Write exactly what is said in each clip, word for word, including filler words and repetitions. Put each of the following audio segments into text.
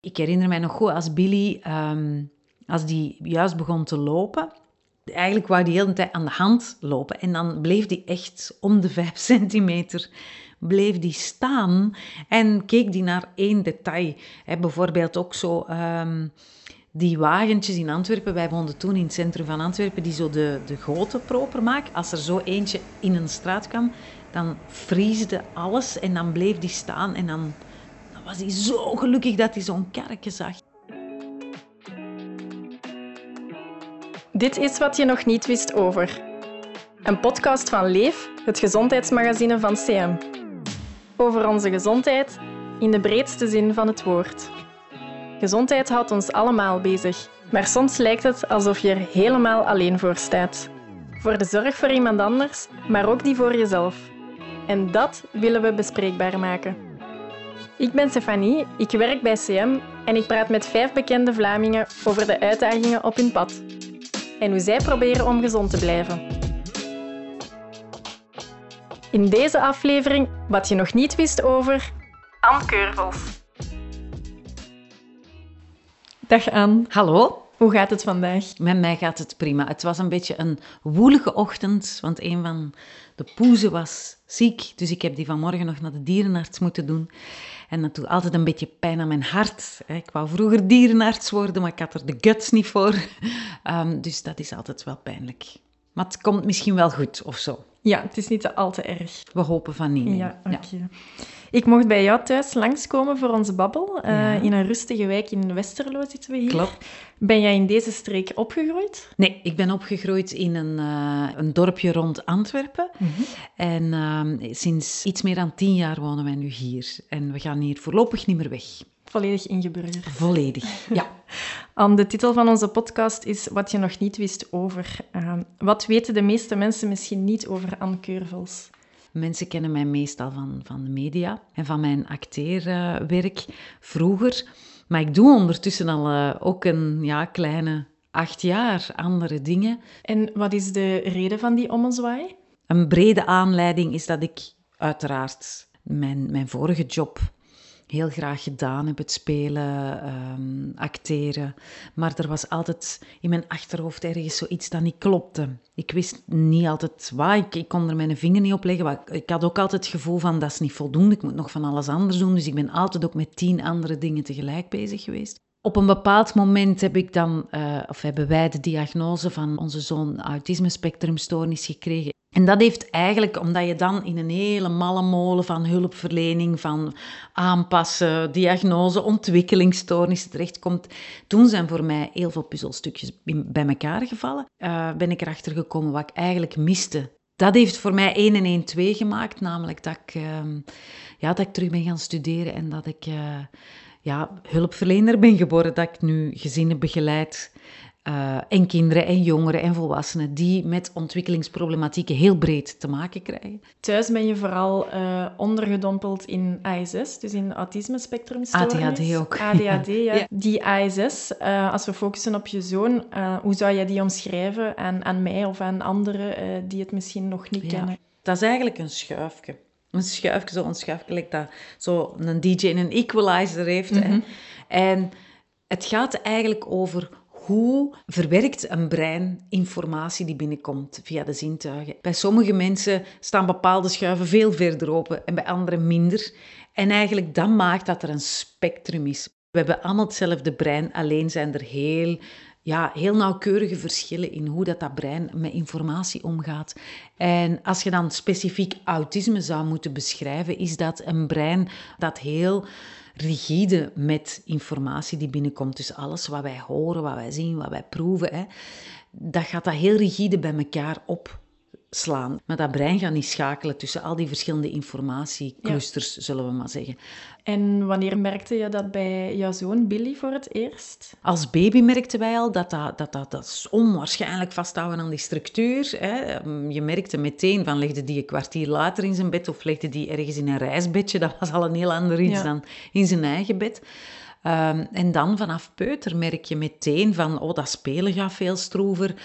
Ik herinner mij nog goed als Billy, um, als die juist begon te lopen. Eigenlijk wou die de hele tijd aan de hand lopen. En dan bleef die echt om de vijf centimeter bleef die staan. En keek die naar één detail. He, bijvoorbeeld ook zo... Um, die wagentjes in Antwerpen, wij woonden toen in het centrum van Antwerpen, die zo de, de goten proper maken. Als er zo eentje in een straat kwam, dan vriesde alles en dan bleef die staan. En dan, dan was hij zo gelukkig dat hij zo'n karretje zag. Dit is wat je nog niet wist over. Een podcast van Leef, het gezondheidsmagazine van C M. Over onze gezondheid in de breedste zin van het woord. Gezondheid houdt ons allemaal bezig, maar soms lijkt het alsof je er helemaal alleen voor staat. Voor de zorg voor iemand anders, maar ook die voor jezelf. En dat willen we bespreekbaar maken. Ik ben Stefanie, ik werk bij C M en ik praat met vijf bekende Vlamingen over de uitdagingen op hun pad. En hoe zij proberen om gezond te blijven. In deze aflevering wat je nog niet wist over Anne Keurvels. Dag Anne. Hallo. Hoe gaat het vandaag? Met mij gaat het prima. Het was een beetje een woelige ochtend, want een van de poezen was ziek. Dus ik heb die vanmorgen nog naar de dierenarts moeten doen. En dat doet altijd een beetje pijn aan mijn hart. Ik wou vroeger dierenarts worden, maar ik had er de guts niet voor. Um, dus dat is altijd wel pijnlijk. Maar het komt misschien wel goed, of zo. Ja, het is niet al te erg. We hopen van niet. Ja, oké. Okay. Ja. Ik mocht bij jou thuis langskomen voor onze babbel. Uh, ja. In een rustige wijk in Westerlo zitten we hier. Klopt. Ben jij in deze streek opgegroeid? Nee, ik ben opgegroeid in een, uh, een dorpje rond Antwerpen. Mm-hmm. En uh, sinds iets meer dan tien jaar wonen wij nu hier. En we gaan hier voorlopig niet meer weg. Volledig ingeburgerd. Volledig, ja. Anne, de titel van onze podcast is Wat je nog niet wist over. Uh, wat weten de meeste mensen misschien niet over Anne Keurvels? Mensen kennen mij meestal van, van de media en van mijn acteerwerk vroeger. Maar ik doe ondertussen al uh, ook een ja, kleine acht jaar andere dingen. En wat is de reden van die ommezwaai? Een brede aanleiding is dat ik uiteraard mijn, mijn vorige job heel graag gedaan heb, het spelen, um, acteren. Maar er was altijd in mijn achterhoofd ergens zoiets dat niet klopte. Ik wist niet altijd wat, ik, ik kon er mijn vinger niet op leggen. Maar ik had ook altijd het gevoel van, dat is niet voldoende, ik moet nog van alles anders doen. Dus ik ben altijd ook met tien andere dingen tegelijk bezig geweest. Op een bepaald moment heb ik dan, uh, of hebben wij de diagnose van onze zoon autisme-spectrumstoornis gekregen. En dat heeft eigenlijk, omdat je dan in een hele malle molen van hulpverlening, van aanpassen, diagnose, ontwikkelingsstoornissen terechtkomt. Toen zijn voor mij heel veel puzzelstukjes bij elkaar gevallen. Uh, ben ik erachter gekomen wat ik eigenlijk miste. Dat heeft voor mij één en één twee gemaakt, namelijk dat ik, uh, ja, dat ik terug ben gaan studeren en dat ik... Uh, Ja, hulpverlener ben geworden, dat ik nu gezinnen begeleid. Uh, en kinderen en jongeren en volwassenen die met ontwikkelingsproblematieken heel breed te maken krijgen. Thuis ben je vooral uh, ondergedompeld in A S S, dus in autisme-spectrumstoornis. A D H D ook. A D H D, ja. ja. Die A S S, uh, als we focussen op je zoon, uh, hoe zou jij die omschrijven aan, aan mij of aan anderen uh, die het misschien nog niet ja. kennen? Dat is eigenlijk een schuifje. Een schuifje, zo'n schuifje, like dat zo een D J en een equalizer heeft. Mm-hmm. En het gaat eigenlijk over hoe verwerkt een brein informatie die binnenkomt via de zintuigen. Bij sommige mensen staan bepaalde schuiven veel verder open en bij anderen minder. En eigenlijk dat maakt dat er een spectrum is. We hebben allemaal hetzelfde brein, alleen zijn er heel... Ja, heel nauwkeurige verschillen in hoe dat, dat brein met informatie omgaat. En als je dan specifiek autisme zou moeten beschrijven, is dat een brein dat heel rigide met informatie die binnenkomt. Dus alles wat wij horen, wat wij zien, wat wij proeven, hè, dat gaat dat heel rigide bij elkaar opslaan. Maar dat brein gaat niet schakelen tussen al die verschillende informatieclusters, ja. Zullen we maar zeggen. En wanneer merkte je dat bij jouw zoon Billy voor het eerst? Als baby merkten wij al dat dat, dat, dat, dat is onwaarschijnlijk vasthouden aan die structuur. Hè. Je merkte meteen van legde die een kwartier later in zijn bed of legde die ergens in een reisbedje. Dat was al een heel ander iets ja. dan in zijn eigen bed. Um, en dan vanaf peuter merk je meteen van, oh, dat spelen gaat veel stroever.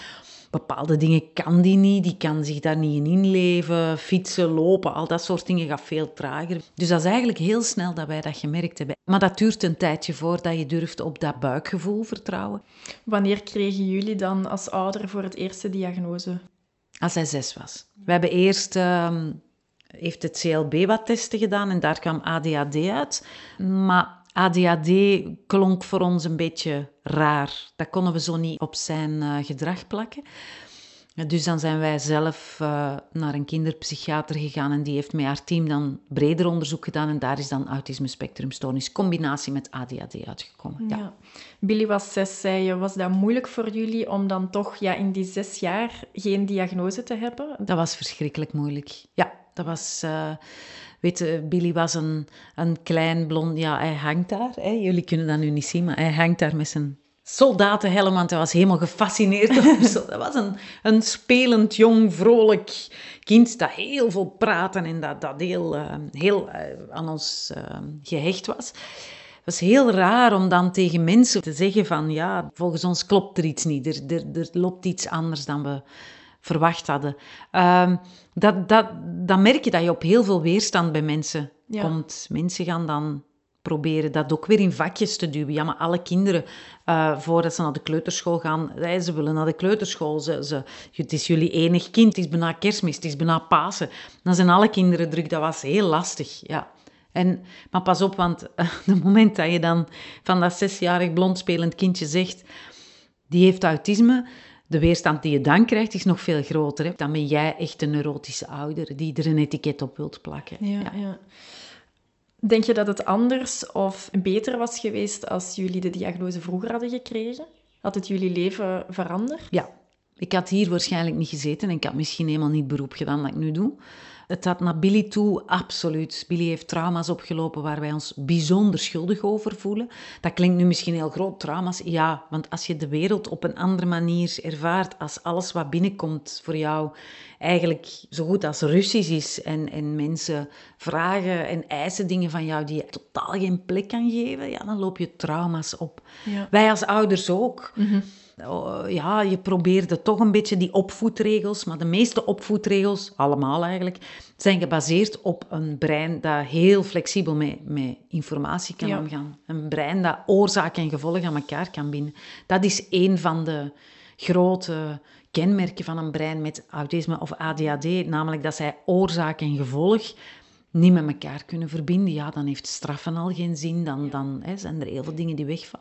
Bepaalde dingen kan die niet, die kan zich daar niet in inleven. Fietsen, lopen, al dat soort dingen gaat veel trager. Dus dat is eigenlijk heel snel dat wij dat gemerkt hebben. Maar dat duurt een tijdje voordat je durft op dat buikgevoel vertrouwen. Wanneer kregen jullie dan als ouder voor het eerste diagnose? Als hij zes was. We hebben eerst... Uh, heeft het C L B wat testen gedaan en daar kwam A D H D uit. Maar A D H D klonk voor ons een beetje raar. Dat konden we zo niet op zijn uh, gedrag plakken. Dus dan zijn wij zelf uh, naar een kinderpsychiater gegaan en die heeft met haar team dan breder onderzoek gedaan en daar is dan autisme spectrumstoornis, combinatie met A D H D uitgekomen. Ja. Ja. Billy was zes, zei je. Was dat moeilijk voor jullie om dan toch ja, in die zes jaar geen diagnose te hebben? Dat was verschrikkelijk moeilijk. Ja, dat was... Uh, weet je, Billy was een, een klein blond... Ja, hij hangt daar. Hè. Jullie kunnen dat nu niet zien, maar hij hangt daar met zijn soldatenhelm, want hij was helemaal gefascineerd door zo. Dat was een, een spelend, jong, vrolijk kind dat heel veel praatte en dat, dat heel, uh, heel uh, aan ons uh, gehecht was. Het was heel raar om dan tegen mensen te zeggen van ja, volgens ons klopt er iets niet. Er, er, er loopt iets anders dan we verwacht hadden. Uh, dat, dat, dan merk je dat je op heel veel weerstand bij mensen ja. komt. Mensen gaan dan proberen dat ook weer in vakjes te duwen. Ja, maar alle kinderen, uh, voordat ze naar de kleuterschool gaan, hey, ze willen naar de kleuterschool. Ze, ze, het is jullie enig kind, het is bijna Kerstmis, het is bijna Pasen. Dan zijn alle kinderen druk. Dat was heel lastig, ja. En, maar pas op, want uh, het moment dat je dan van dat zesjarig blondspelend kindje zegt, die heeft autisme, de weerstand die je dan krijgt is nog veel groter. Hè? Dan ben jij echt een neurotische ouder die er een etiket op wilt plakken. Ja, ja. Ja. Denk je dat het anders of beter was geweest als jullie de diagnose vroeger hadden gekregen? Had het jullie leven veranderd? Ja, ik had hier waarschijnlijk niet gezeten en ik had misschien helemaal niet het beroep gedaan dat ik nu doe. Het had naar Billy toe, absoluut. Billy heeft trauma's opgelopen waar wij ons bijzonder schuldig over voelen. Dat klinkt nu misschien heel groot, trauma's. Ja, want als je de wereld op een andere manier ervaart, als alles wat binnenkomt voor jou eigenlijk zo goed als Russisch is en, en mensen vragen en eisen dingen van jou die je totaal geen plek kan geven, ja, dan loop je trauma's op. Ja. Wij als ouders ook. Mm-hmm. Ja, je probeerde toch een beetje die opvoedregels, maar de meeste opvoedregels, allemaal eigenlijk, zijn gebaseerd op een brein dat heel flexibel met, met informatie kan ja. omgaan. Een brein dat oorzaak en gevolg aan elkaar kan binden. Dat is een van de grote kenmerken van een brein met autisme of A D H D, namelijk dat zij oorzaak en gevolg niet met elkaar kunnen verbinden. Ja, dan heeft straffen al geen zin, dan, dan hè, zijn er heel veel dingen die wegvallen.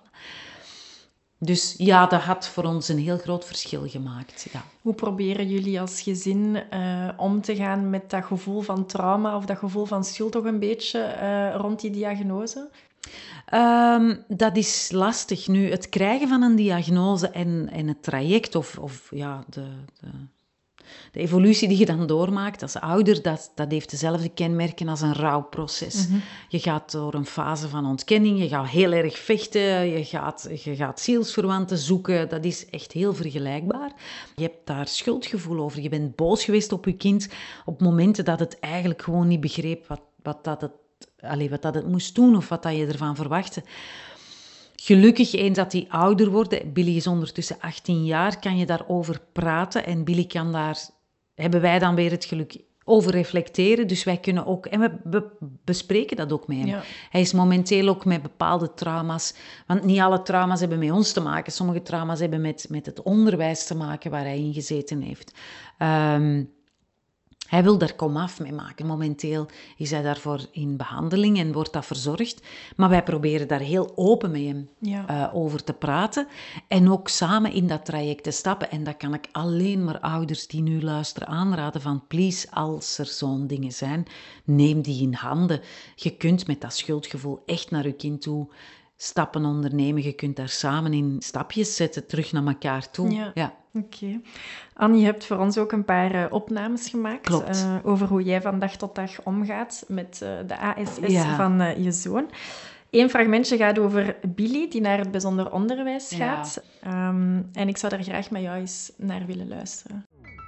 Dus ja, dat had voor ons een heel groot verschil gemaakt. Ja. Hoe proberen jullie als gezin uh, om te gaan met dat gevoel van trauma of dat gevoel van schuld toch een beetje uh, rond die diagnose? Um, dat is lastig. Nu, het krijgen van een diagnose en, en het traject of, of ja, de, de, de evolutie die je dan doormaakt als ouder, dat, dat heeft dezelfde kenmerken als een rouwproces. Mm-hmm. Je gaat door een fase van ontkenning, je gaat heel erg vechten, je gaat, je gaat zielsverwanten zoeken. Dat is echt heel vergelijkbaar. Je hebt daar schuldgevoel over. Je bent boos geweest op je kind op momenten dat het eigenlijk gewoon niet begreep wat, wat, dat, het, allez, wat dat het moest doen of wat dat je ervan verwachtte. Gelukkig, eens dat die ouder worden, Billy is ondertussen achttien jaar, kan je daarover praten en Billy kan daar, hebben wij dan weer het geluk, over reflecteren. Dus wij kunnen ook, en we, we bespreken dat ook met hem. Ja. Hij is momenteel ook met bepaalde trauma's, want niet alle trauma's hebben met ons te maken. Sommige trauma's hebben met, met het onderwijs te maken waar hij in gezeten heeft. Um, Hij wil daar komaf mee maken. Momenteel is hij daarvoor in behandeling en wordt dat verzorgd. Maar wij proberen daar heel open met hem ja. uh, over te praten. En ook samen in dat traject te stappen. En dat kan ik alleen maar ouders die nu luisteren aanraden van please, als er zo'n dingen zijn, neem die in handen. Je kunt met dat schuldgevoel echt naar je kind toe stappen ondernemen. Je kunt daar samen in stapjes zetten, terug naar elkaar toe. Ja. Ja. Oké. Okay. Annie, je hebt voor ons ook een paar uh, opnames gemaakt uh, over hoe jij van dag tot dag omgaat met uh, de A S S ja. van uh, je zoon. Eén fragmentje gaat over Billy, die naar het bijzonder onderwijs gaat. Ja. Um, en ik zou daar graag met jou eens naar willen luisteren.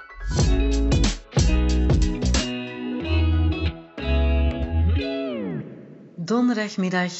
Donderdagmiddag.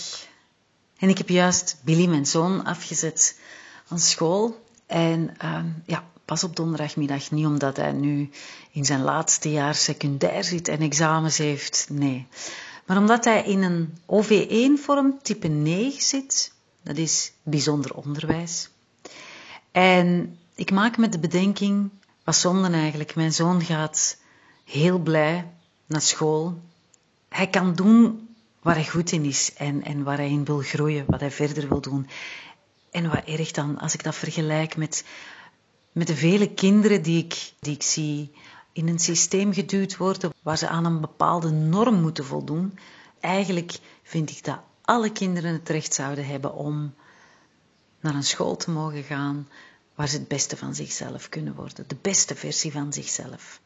En ik heb juist Billy, mijn zoon, afgezet aan school. En um, ja, pas op donderdagmiddag. Niet omdat hij nu in zijn laatste jaar secundair zit en examens heeft. Nee. Maar omdat hij in een O V één vorm type negen zit. Dat is bijzonder onderwijs. En ik maak me de bedenking, wat zonde eigenlijk. Mijn zoon gaat heel blij naar school. Hij kan doen waar hij goed in is en, en waar hij in wil groeien, wat hij verder wil doen. En wat erg dan, als ik dat vergelijk met, met de vele kinderen die ik, die ik zie in een systeem geduwd worden, waar ze aan een bepaalde norm moeten voldoen. Eigenlijk vind ik dat alle kinderen het recht zouden hebben om naar een school te mogen gaan, waar ze het beste van zichzelf kunnen worden. De beste versie van zichzelf.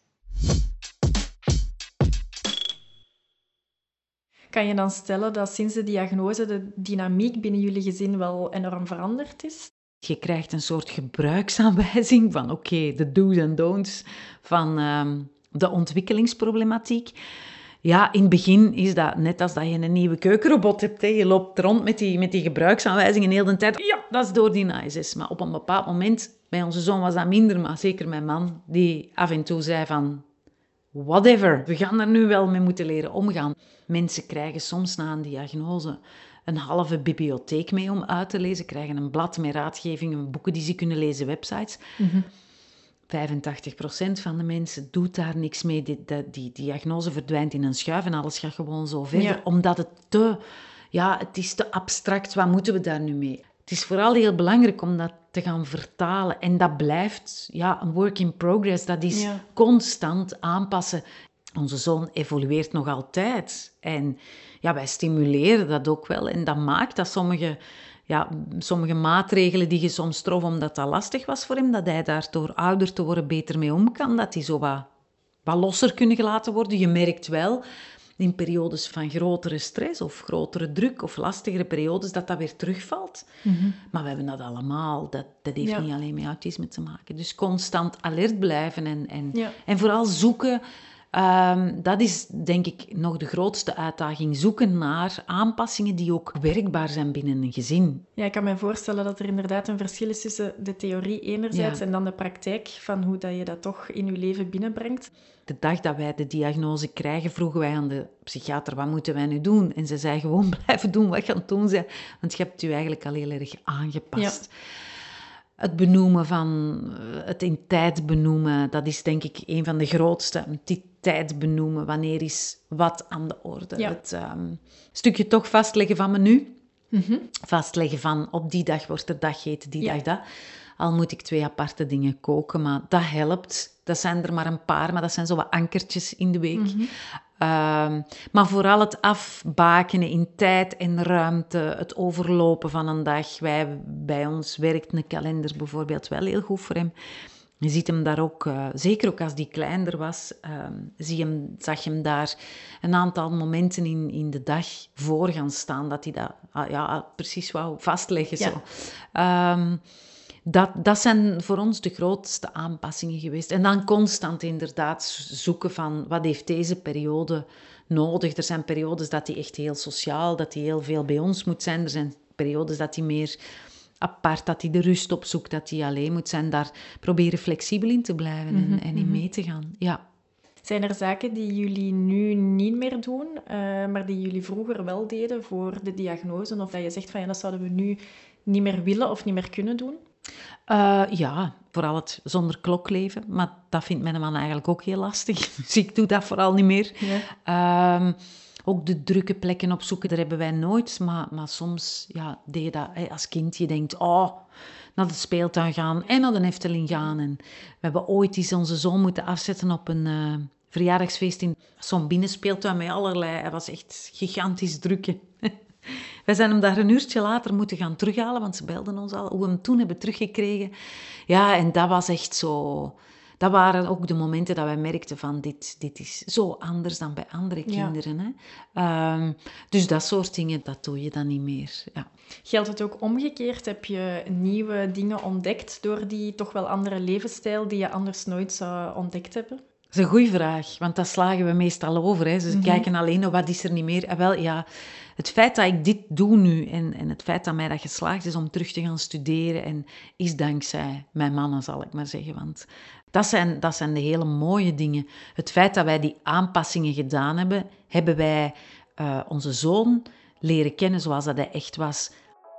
Kan je dan stellen dat sinds de diagnose de dynamiek binnen jullie gezin wel enorm veranderd is? Je krijgt een soort gebruiksaanwijzing van oké, okay, de do's en don'ts van um, de ontwikkelingsproblematiek. Ja, in het begin is dat net als dat je een nieuwe keukenrobot hebt. Hè. Je loopt rond met die, met die gebruiksaanwijzingen heel de tijd. Ja, dat is door die I S S. Maar op een bepaald moment, bij onze zoon was dat minder, maar zeker mijn man, die af en toe zei van whatever, we gaan er nu wel mee moeten leren omgaan. Mensen krijgen soms na een diagnose een halve bibliotheek mee om uit te lezen, krijgen een blad met raadgevingen, boeken die ze kunnen lezen, websites. Mm-hmm. vijfentachtig procent van de mensen doet daar niks mee. Die, die, die diagnose verdwijnt in een schuif en alles gaat gewoon zo verder. Ja. Omdat het te, ja, het is te abstract. Wat moeten we daar nu mee? Het is vooral heel belangrijk om dat te gaan vertalen. En dat blijft ja, een work in progress. Dat is ja. constant aanpassen. Onze zoon evolueert nog altijd. En ja, wij stimuleren dat ook wel. En dat maakt dat sommige... Ja, sommige maatregelen die je soms trof omdat dat lastig was voor hem, dat hij daar door ouder te worden beter mee om kan, dat die zo wat, wat losser kunnen gelaten worden. Je merkt wel in periodes van grotere stress of grotere druk of lastigere periodes dat dat weer terugvalt. Mm-hmm. Maar we hebben dat allemaal. Dat, dat heeft ja. niet alleen met autisme te maken. Dus constant alert blijven en, en, ja. en vooral zoeken... Um, dat is denk ik nog de grootste uitdaging. Zoeken naar aanpassingen die ook werkbaar zijn binnen een gezin. Ja, ik kan me voorstellen dat er inderdaad een verschil is tussen de theorie enerzijds ja. en dan de praktijk van hoe dat je dat toch in je leven binnenbrengt. De dag dat wij de diagnose krijgen, vroegen wij aan de psychiater, wat moeten wij nu doen? En ze zei gewoon blijven doen wat je aan het doen bent, want je hebt je eigenlijk al heel erg aangepast. Ja. Het benoemen van, het in tijd benoemen, dat is denk ik een van de grootste. Die tijd benoemen, wanneer is wat aan de orde. Ja. Het um, stukje toch vastleggen van menu. Mm-hmm. Vastleggen van, op die dag wordt er dat gegeten, die ja. dag dat. Al moet ik twee aparte dingen koken, maar dat helpt. Dat zijn er maar een paar, maar dat zijn zo wat ankertjes in de week. Mm-hmm. Um, maar vooral het afbakenen in tijd en ruimte, het overlopen van een dag. Wij, bij ons werkt een kalender bijvoorbeeld wel heel goed voor hem. Je ziet hem daar ook, uh, zeker ook als die kleiner was, um, zie hem, zag je hem daar een aantal momenten in, in de dag voor gaan staan, dat hij dat uh, ja, precies wou vastleggen. Ja. Zo. Um, Dat, dat zijn voor ons de grootste aanpassingen geweest. En dan constant inderdaad zoeken van wat heeft deze periode nodig. Er zijn periodes dat hij echt heel sociaal, dat hij heel veel bij ons moet zijn. Er zijn periodes dat hij meer apart, dat hij de rust opzoekt, dat hij alleen moet zijn. Daar proberen flexibel in te blijven en, mm-hmm. en in mee te gaan. Ja. Zijn er zaken die jullie nu niet meer doen, uh, maar die jullie vroeger wel deden voor de diagnose? Of dat je zegt van ja, dat zouden we nu niet meer willen of niet meer kunnen doen? Uh, ja, vooral het zonder klok leven. Maar dat vindt mijn man eigenlijk ook heel lastig. Dus ik doe dat vooral niet meer. Ja. Um, ook de drukke plekken opzoeken, dat hebben wij nooit. Maar, maar soms ja, deed je dat hey, als kind. Je denkt, oh, naar de speeltuin gaan en naar de Efteling gaan. En we hebben ooit eens onze zoon moeten afzetten op een uh, verjaardagsfeest in zo'n binnenspeeltuin met allerlei... Hij was echt gigantisch druk. Wij zijn hem daar een uurtje later moeten gaan terughalen, want ze belden ons al, hoe we hem toen hebben teruggekregen. Ja, en dat was echt zo... Dat waren ook de momenten dat wij merkten van, dit, dit is zo anders dan bij andere kinderen. Ja. Hè? Um, dus dat soort dingen, dat doe je dan niet meer. Ja. Geldt het ook omgekeerd? Heb je nieuwe dingen ontdekt door die toch wel andere levensstijl die je anders nooit zou ontdekt hebben? Dat is een goede vraag, want dat slagen we meestal over. Hè. Ze mm-hmm. kijken alleen naar wat is er niet meer. En wel, ja, het feit dat ik dit doe nu en, en het feit dat mij dat geslaagd is om terug te gaan studeren, en is dankzij mijn mannen, zal ik maar zeggen. Want dat zijn, dat zijn de hele mooie dingen. Het feit dat wij die aanpassingen gedaan hebben, hebben wij uh, onze zoon leren kennen zoals dat hij echt was.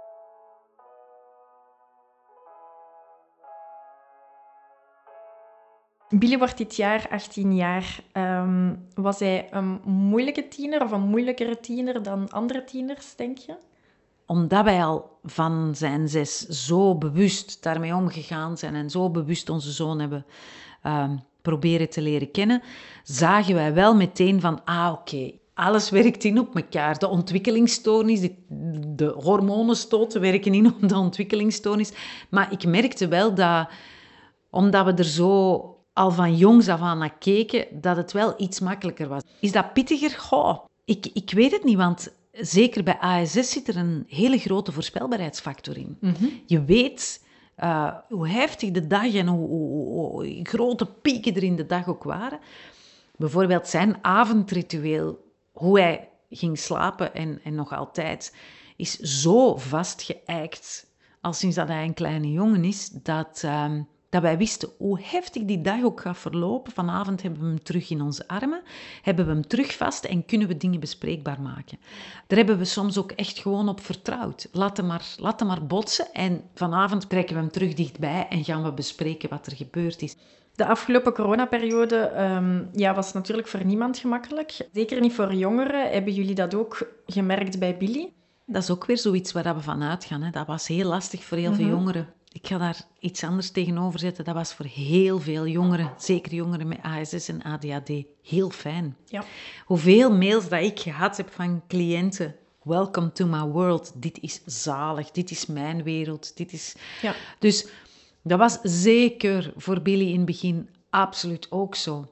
Billy wordt dit jaar achttien jaar. Um, was hij een moeilijke tiener of een moeilijkere tiener dan andere tieners, denk je? Omdat wij al van zijn zes zo bewust daarmee omgegaan zijn en zo bewust onze zoon hebben um, proberen te leren kennen, zagen wij wel meteen van, ah oké, okay, alles werkt in op elkaar. De ontwikkelingsstoornis, de, de hormonenstoten werken in op de ontwikkelingsstoornis. Maar ik merkte wel dat, omdat we er zo al van jongs af aan naar keken, dat het wel iets makkelijker was. Is dat pittiger? Goh, ik, ik weet het niet, want zeker bij A S S zit er een hele grote voorspelbaarheidsfactor in. Mm-hmm. Je weet uh, hoe heftig de dag en hoe, hoe, hoe grote pieken er in de dag ook waren. Bijvoorbeeld zijn avondritueel, hoe hij ging slapen en, en nog altijd, is zo vastgeëikt, al sinds dat hij een kleine jongen is, dat... Um, dat wij wisten hoe heftig die dag ook gaat verlopen. Vanavond hebben we hem terug in onze armen, hebben we hem terug vast en kunnen we dingen bespreekbaar maken. Daar hebben we soms ook echt gewoon op vertrouwd. Laat hem maar, laat hem maar botsen en vanavond trekken we hem terug dichtbij en gaan we bespreken wat er gebeurd is. De afgelopen coronaperiode um, ja, was natuurlijk voor niemand gemakkelijk. Zeker niet voor jongeren. Hebben jullie dat ook gemerkt bij Billy? Dat is ook weer zoiets waar we van uitgaan. Hè. Dat was heel lastig voor heel mm-hmm. veel jongeren. Ik ga daar iets anders tegenover zetten. Dat was voor heel veel jongeren, zeker jongeren met A S S en A D H D, heel fijn. Ja. Hoeveel mails dat ik gehad heb van cliënten. Welcome to my world. Dit is zalig. Dit is mijn wereld. Dit is... Ja. Dus dat was zeker voor Billy in het begin absoluut ook zo.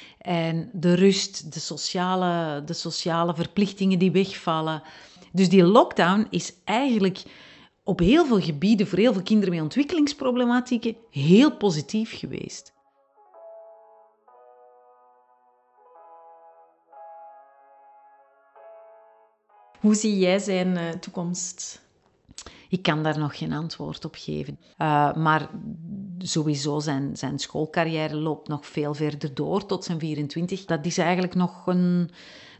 En de rust, de sociale, de sociale verplichtingen die wegvallen. Dus die lockdown is eigenlijk op heel veel gebieden, voor heel veel kinderen met ontwikkelingsproblematieken, heel positief geweest. Hoe zie jij zijn uh, toekomst? Ik kan daar nog geen antwoord op geven. Uh, maar sowieso zijn, zijn schoolcarrière loopt nog veel verder door, tot zijn vierentwintig. Dat is eigenlijk nog een,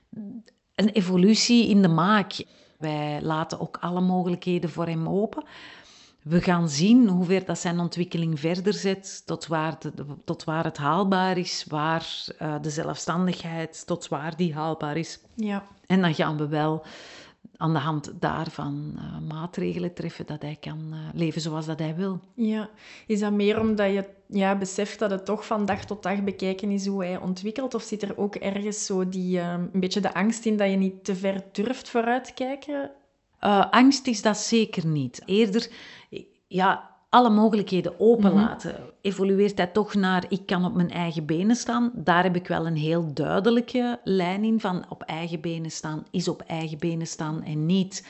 een evolutie in de maak. Wij laten ook alle mogelijkheden voor hem open. We gaan zien hoe ver dat zijn ontwikkeling verder zet, tot waar, de, tot waar het haalbaar is, waar uh, de zelfstandigheid, tot waar die haalbaar is. Ja. En dan gaan we wel aan de hand daarvan uh, maatregelen treffen dat hij kan uh, leven zoals dat hij wil. Ja. Is dat meer omdat je ja, beseft dat het toch van dag tot dag bekijken is hoe hij ontwikkelt? Of zit er ook ergens zo die, uh, een beetje de angst in dat je niet te ver durft vooruitkijken? Uh, angst is dat zeker niet. Eerder, ja, alle mogelijkheden openlaten. Mm-hmm. Evolueert hij toch naar, ik kan op mijn eigen benen staan. Daar heb ik wel een heel duidelijke lijn in van op eigen benen staan, is op eigen benen staan en niet...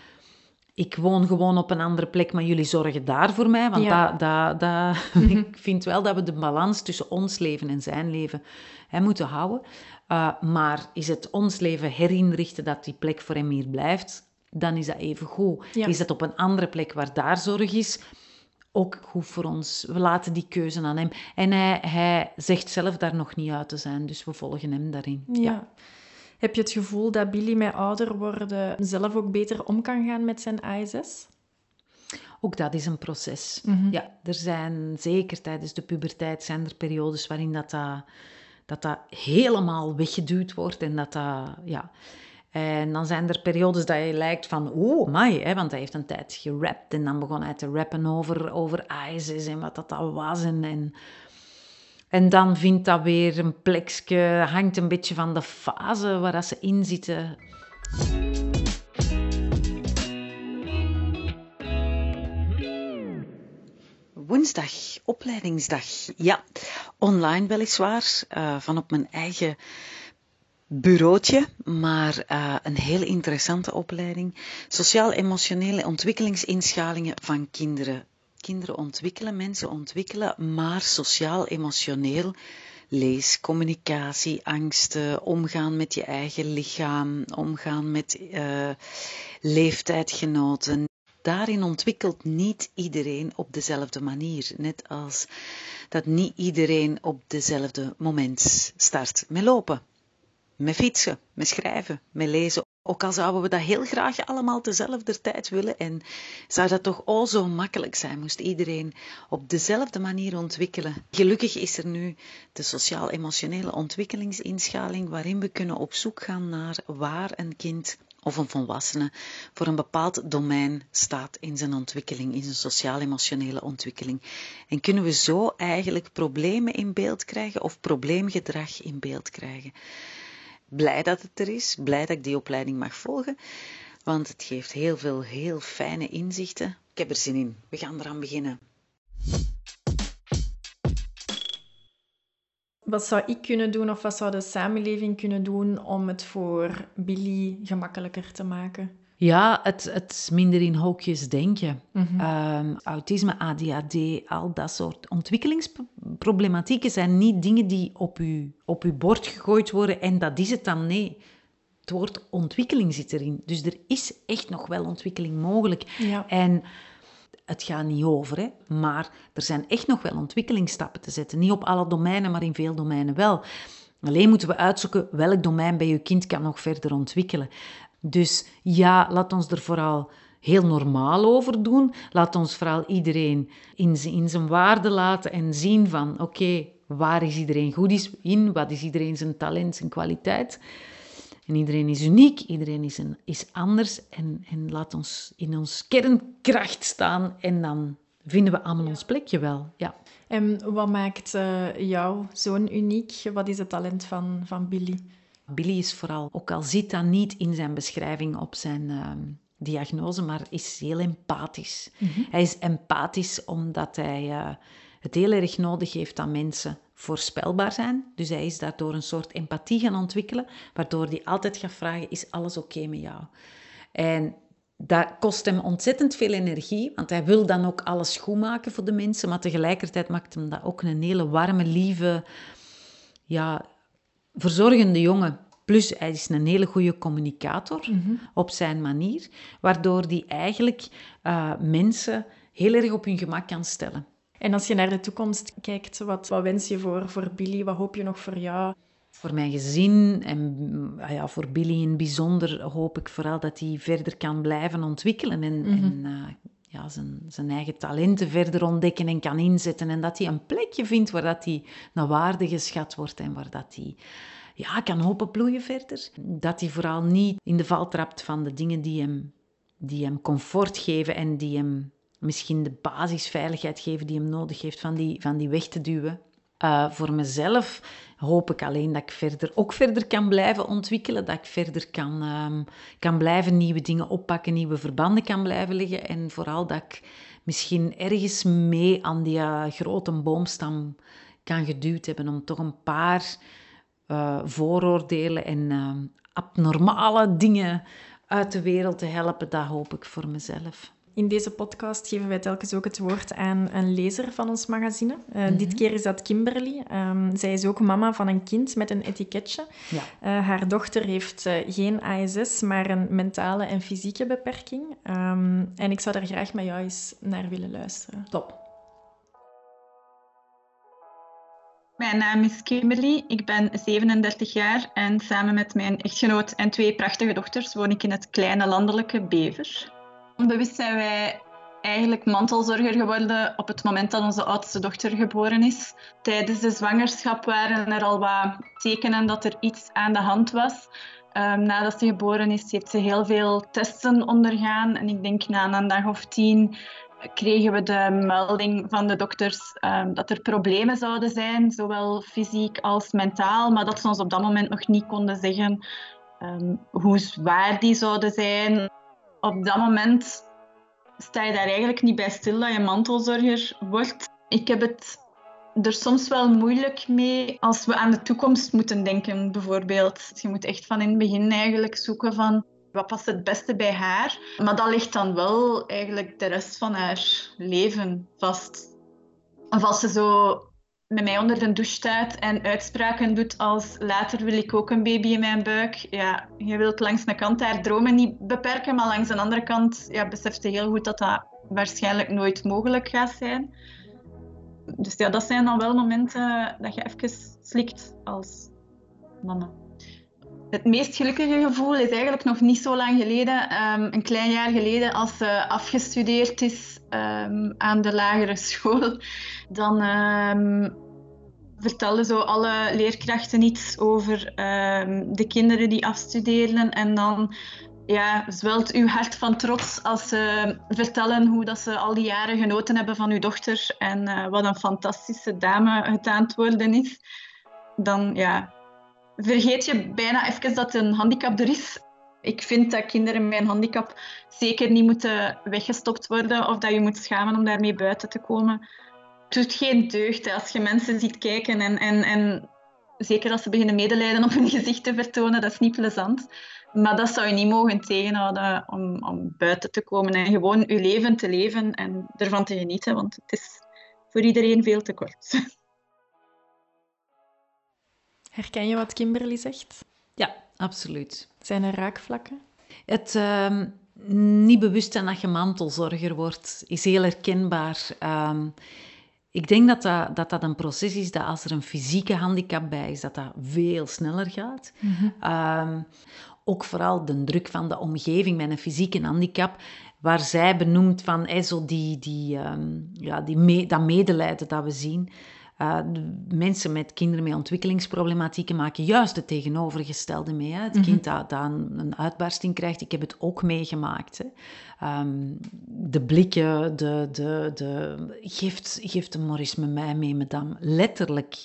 Ik woon gewoon op een andere plek, maar jullie zorgen daar voor mij. Want ja. dat, dat, dat, mm-hmm. ik vind wel dat we de balans tussen ons leven en zijn leven hè, moeten houden. Uh, maar is het ons leven herinrichten dat die plek voor hem hier blijft, dan is dat even goed. Ja. Is het op een andere plek waar daar zorg is, ook goed voor ons. We laten die keuze aan hem. En hij, hij zegt zelf daar nog niet uit te zijn, dus we volgen hem daarin. Ja. Ja. Heb je het gevoel dat Billy met ouder worden zelf ook beter om kan gaan met zijn A S S? Ook dat is een proces. Mm-hmm. Ja, er zijn zeker tijdens de puberteit zijn er periodes waarin dat, dat, dat, dat helemaal weggeduwd wordt en dat dat... Ja. En dan zijn er periodes dat je lijkt van, oh, amai, hè, want hij heeft een tijd gerapt en dan begon hij te rappen over, over A S S en wat dat, dat was. En, en, en dan vindt dat weer een plekje, hangt een beetje van de fase waar dat ze in zitten. Woensdag, opleidingsdag. Ja, online weliswaar, uh, van op mijn eigen bureautje, maar uh, een heel interessante opleiding. Sociaal-emotionele ontwikkelingsinschalingen van kinderen. Kinderen ontwikkelen, mensen ontwikkelen, maar sociaal-emotioneel Lees communicatie, angsten, omgaan met je eigen lichaam, omgaan met uh, leeftijdgenoten. Daarin ontwikkelt niet iedereen op dezelfde manier. Net als dat niet iedereen op dezelfde moment start met lopen, met fietsen, met schrijven, met lezen. Ook al zouden we dat heel graag allemaal tezelfde tijd willen en zou dat toch o zo makkelijk zijn, moest iedereen op dezelfde manier ontwikkelen. Gelukkig is er nu de sociaal-emotionele ontwikkelingsinschaling waarin we kunnen op zoek gaan naar waar een kind of een volwassene voor een bepaald domein staat in zijn ontwikkeling, in zijn sociaal-emotionele ontwikkeling. En kunnen we zo eigenlijk problemen in beeld krijgen of probleemgedrag in beeld krijgen. Blij dat het er is, blij dat ik die opleiding mag volgen, want het geeft heel veel heel fijne inzichten. Ik heb er zin in, we gaan eraan beginnen. Wat zou ik kunnen doen of wat zou de samenleving kunnen doen om het voor Billy gemakkelijker te maken? Ja, het, het minder in hokjes denken. Mm-hmm. Um, autisme, A D H D, al dat soort ontwikkelingsproblematieken zijn niet dingen die op uw, op uw bord gegooid worden en dat is het dan. Nee, het woord ontwikkeling zit erin. Dus er is echt nog wel ontwikkeling mogelijk. Ja. En het gaat niet over, hè? Maar er zijn echt nog wel ontwikkelingsstappen te zetten. Niet op alle domeinen, maar in veel domeinen wel. Alleen moeten we uitzoeken welk domein bij je kind kan nog verder ontwikkelen. Dus ja, laat ons er vooral heel normaal over doen. Laat ons vooral iedereen in zijn, in zijn waarde laten en zien van oké, okay, waar is iedereen goed in? Wat is iedereen zijn talent, zijn kwaliteit? En iedereen is uniek, iedereen is, een, is anders. En, en laat ons in ons kernkracht staan en dan vinden we allemaal ons plekje wel. Ja. En wat maakt uh, jou zo'n uniek? Wat is het talent van, van Billy? Billy is vooral, ook al zit dat niet in zijn beschrijving op zijn uh, diagnose, maar is heel empathisch. Mm-hmm. Hij is empathisch omdat hij uh, het heel erg nodig heeft dat mensen voorspelbaar zijn. Dus hij is daardoor een soort empathie gaan ontwikkelen, waardoor hij altijd gaat vragen, is alles oké okay met jou? En dat kost hem ontzettend veel energie, want hij wil dan ook alles goed maken voor de mensen, maar tegelijkertijd maakt hem dat ook een hele warme, lieve, ja, verzorgende jongen. Plus, hij is een hele goede communicator mm-hmm. op zijn manier, waardoor hij eigenlijk uh, mensen heel erg op hun gemak kan stellen. En als je naar de toekomst kijkt, wat, wat wens je voor, voor Billy? Wat hoop je nog voor jou? Voor mijn gezin en ja, voor Billy in het bijzonder hoop ik vooral dat hij verder kan blijven ontwikkelen en, mm-hmm. en uh, ja, zijn, zijn eigen talenten verder ontdekken en kan inzetten. En dat hij een plekje vindt waar dat hij naar waarde geschat wordt en waar dat hij ja, kan hopen bloeien verder. Dat hij vooral niet in de val trapt van de dingen die hem, die hem comfort geven en die hem misschien de basisveiligheid geven die hem nodig heeft van die, van die weg te duwen. Uh, voor mezelf hoop ik alleen dat ik verder, ook verder kan blijven ontwikkelen, dat ik verder kan, um, kan blijven nieuwe dingen oppakken, nieuwe verbanden kan blijven leggen en vooral dat ik misschien ergens mee aan die uh, grote boomstam kan geduwd hebben om toch een paar uh, vooroordelen en uh, abnormale dingen uit de wereld te helpen. Dat hoop ik voor mezelf. In deze podcast geven wij telkens ook het woord aan een lezer van ons magazine. Uh, mm-hmm. Dit keer is dat Kimberly. Um, zij is ook mama van een kind met een etiketje. Ja. Uh, haar dochter heeft uh, geen A S S, maar een mentale en fysieke beperking. Um, en ik zou daar graag met jou eens naar willen luisteren. Top. Mijn naam is Kimberly, ik ben zevenendertig jaar en samen met mijn echtgenoot en twee prachtige dochters woon ik in het kleine landelijke Bever. Onbewust zijn wij eigenlijk mantelzorger geworden op het moment dat onze oudste dochter geboren is. Tijdens de zwangerschap waren er al wat tekenen dat er iets aan de hand was. Um, nadat ze geboren is, heeft ze heel veel testen ondergaan. En ik denk na een dag of tien kregen we de melding van de dokters um, dat er problemen zouden zijn, zowel fysiek als mentaal, maar dat ze ons op dat moment nog niet konden zeggen um, hoe zwaar die zouden zijn. Op dat moment sta je daar eigenlijk niet bij stil dat je mantelzorger wordt. Ik heb het er soms wel moeilijk mee als we aan de toekomst moeten denken, bijvoorbeeld. Je moet echt van in het begin eigenlijk zoeken van wat past het beste bij haar. Maar dat ligt dan wel eigenlijk de rest van haar leven vast. Of als ze zo met mij onder de douche staat en uitspraken doet als later wil ik ook een baby in mijn buik. Ja, je wilt langs een kant haar dromen niet beperken, maar langs de andere kant ja, beseft je heel goed dat dat waarschijnlijk nooit mogelijk gaat zijn. Dus ja, dat zijn dan wel momenten dat je even slikt als mama. Het meest gelukkige gevoel is eigenlijk nog niet zo lang geleden, um, een klein jaar geleden, als ze afgestudeerd is um, aan de lagere school. Dan um, vertelden zo alle leerkrachten iets over um, de kinderen die afstuderen. En dan ja, zwelt uw hart van trots als ze vertellen hoe dat ze al die jaren genoten hebben van uw dochter. En uh, wat een fantastische dame het aan het worden is. Dan ja... vergeet je bijna even dat een handicap er is. Ik vind dat kinderen met een handicap zeker niet moeten weggestopt worden of dat je moet schamen om daarmee buiten te komen. Het doet geen deugd als je mensen ziet kijken en, en, en zeker als ze beginnen medelijden op hun gezicht te vertonen, dat is niet plezant. Maar dat zou je niet mogen tegenhouden om, om buiten te komen en gewoon je leven te leven en ervan te genieten, want het is voor iedereen veel te kort. Herken je wat Kimberly zegt? Ja, absoluut. Zijn er raakvlakken? Het uh, niet bewust zijn dat je mantelzorger wordt, is heel herkenbaar. Uh, ik denk dat dat, dat dat een proces is dat als er een fysieke handicap bij is, dat dat veel sneller gaat. Mm-hmm. Uh, ook vooral de druk van de omgeving met een fysieke handicap, waar zij benoemt van hey, zo die, die, um, ja, die me- dat medelijden dat we zien. Uh, mensen met kinderen met ontwikkelingsproblematieken maken juist het tegenovergestelde mee. Hè. Het mm-hmm. kind dat, dat een, een uitbarsting krijgt, ik heb het ook meegemaakt. Hè. Um, de blikken, de, de, de... Geeft, geeft de Morris met mij mee, madame. Letterlijk.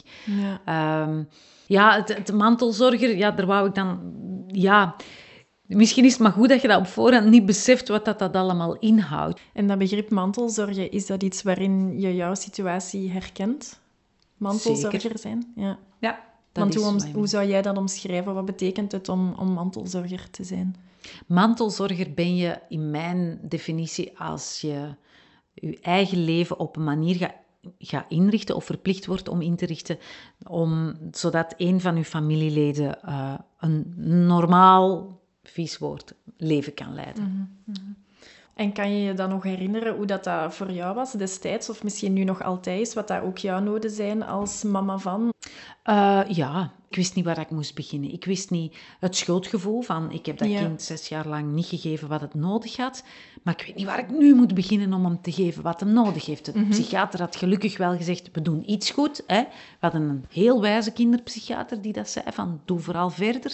Ja, um, ja het, het mantelzorger, ja, daar wou ik dan... Ja... Misschien is het maar goed dat je dat op voorhand niet beseft wat dat, dat allemaal inhoudt. En dat begrip mantelzorgen, is dat iets waarin je jouw situatie herkent? Mantelzorger Zeker. zijn? Ja. Ja, dat Want is hoe, om, hoe zou jij dat omschrijven? Wat betekent het om, om mantelzorger te zijn? Mantelzorger ben je in mijn definitie als je je eigen leven op een manier gaat ga inrichten of verplicht wordt om in te richten, om, zodat een van je familieleden uh, een normaal, vies woord, leven kan leiden. Mm-hmm, mm-hmm. En kan je je dan nog herinneren hoe dat, dat voor jou was destijds, of misschien nu nog altijd is, wat daar ook jouw noden zijn als mama van? Uh, ja, ik wist niet waar ik moest beginnen. Ik wist niet het schuldgevoel van, ik heb dat ja. kind zes jaar lang niet gegeven wat het nodig had, maar ik weet niet waar ik nu moet beginnen om hem te geven wat hem nodig heeft. De mm-hmm. psychiater had gelukkig wel gezegd, we doen iets goed. Hè? We hadden een heel wijze kinderpsychiater die dat zei, van doe vooral verder.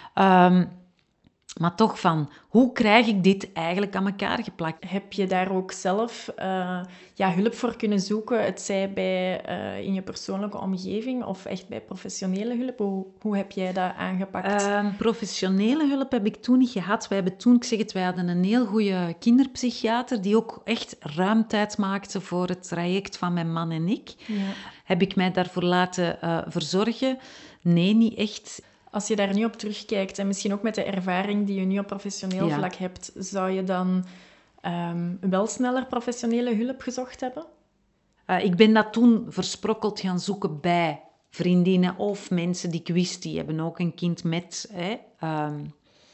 Um, Maar toch van, hoe krijg ik dit eigenlijk aan elkaar geplakt? Heb je daar ook zelf uh, ja, hulp voor kunnen zoeken? Het zij bij, uh, in je persoonlijke omgeving of echt bij professionele hulp? Hoe, hoe heb jij dat aangepakt? Uh, professionele hulp heb ik toen niet gehad. Wij hebben toen, ik zeg het, wij hadden een heel goede kinderpsychiater die ook echt ruim tijd maakte voor het traject van mijn man en ik. Ja. Heb ik mij daarvoor laten uh, verzorgen? Nee, niet echt. Als je daar nu op terugkijkt, en misschien ook met de ervaring die je nu op professioneel ja. vlak hebt, zou je dan um, wel sneller professionele hulp gezocht hebben? Uh, ik ben dat toen versprokkeld gaan zoeken bij vriendinnen of mensen die ik wist, die hebben ook een kind met. Hè. Um,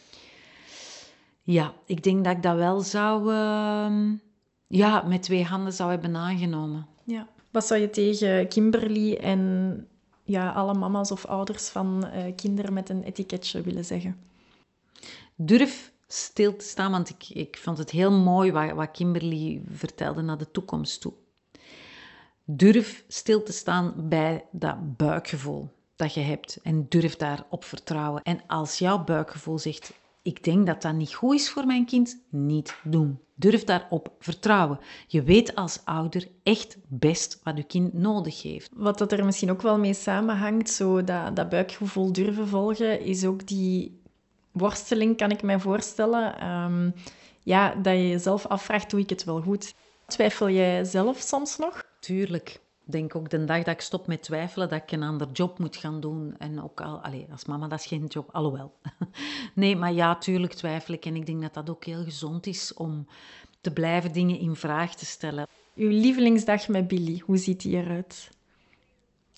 ja, ik denk dat ik dat wel zou, uh, ja, met twee handen zou hebben aangenomen. Ja. Wat zou je tegen Kimberly en... ja, alle mama's of ouders van uh, kinderen met een etiketje willen zeggen? Durf stil te staan, want ik, ik vond het heel mooi wat, wat Kimberly vertelde naar de toekomst toe. Durf stil te staan bij dat buikgevoel dat je hebt en durf daarop vertrouwen. En als jouw buikgevoel zegt, ik denk dat dat niet goed is voor mijn kind, niet doen. Durf daarop vertrouwen. Je weet als ouder echt best wat je kind nodig heeft. Wat dat er misschien ook wel mee samenhangt, zo dat, dat buikgevoel durven volgen, is ook die worsteling, kan ik mij voorstellen. Um, ja, dat je jezelf afvraagt, doe ik het wel goed? Twijfel jij zelf soms nog? Tuurlijk. Ik denk ook de dag dat ik stop met twijfelen, dat ik een ander job moet gaan doen. En ook al, allez, als mama, dat is geen job, alhoewel. Nee, maar ja, tuurlijk twijfel ik. En ik denk dat dat ook heel gezond is om te blijven dingen in vraag te stellen. Uw lievelingsdag met Billy, hoe ziet die eruit?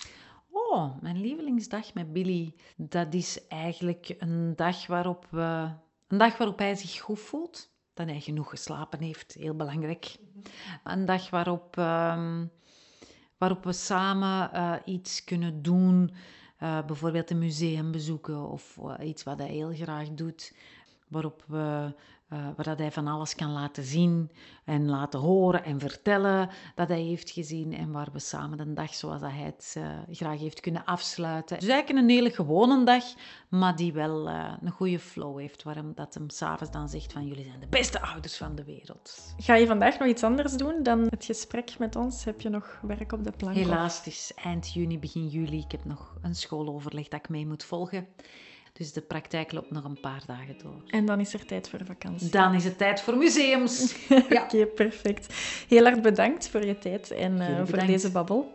Oh, mijn lievelingsdag met Billy, dat is eigenlijk een dag waarop, we, een dag waarop hij zich goed voelt. Dat hij genoeg geslapen heeft, heel belangrijk. Een dag waarop, um, waarop we samen uh, iets kunnen doen. Uh, bijvoorbeeld een museum bezoeken of uh, iets wat hij heel graag doet. Waarop we, uh, waar dat hij van alles kan laten zien en laten horen en vertellen dat hij heeft gezien. En waar we samen de dag zoals hij het uh, graag heeft kunnen afsluiten. Dus eigenlijk een hele gewone dag, maar die wel uh, een goede flow heeft. Waarom dat hem s'avonds dan zegt van jullie zijn de beste ouders van de wereld. Ga je vandaag nog iets anders doen dan het gesprek met ons? Heb je nog werk op de plank? Helaas, het is eind juni, begin juli. Ik heb nog een schooloverleg dat ik mee moet volgen. Dus de praktijk loopt nog een paar dagen door. En dan is er tijd voor vakantie. Dan is het tijd voor museums. Ja. Oké, okay, perfect. Heel erg bedankt voor je tijd en uh, voor bedankt. deze babbel.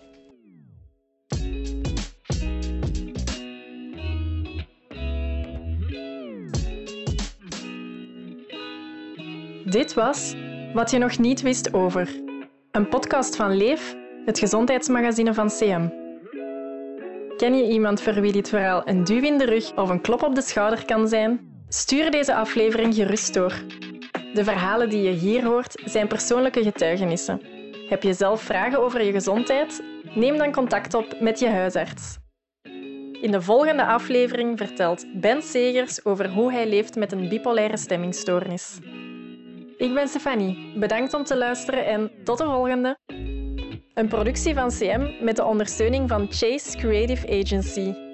Dit was Wat je nog niet wist over. Een podcast van Leef, het gezondheidsmagazine van C M. Ken je iemand voor wie dit verhaal een duw in de rug of een klop op de schouder kan zijn? Stuur deze aflevering gerust door. De verhalen die je hier hoort zijn persoonlijke getuigenissen. Heb je zelf vragen over je gezondheid? Neem dan contact op met je huisarts. In de volgende aflevering vertelt Ben Segers over hoe hij leeft met een bipolaire stemmingstoornis. Ik ben Stefanie. Bedankt om te luisteren en tot de volgende. Een productie van C M met de ondersteuning van Chase Creative Agency.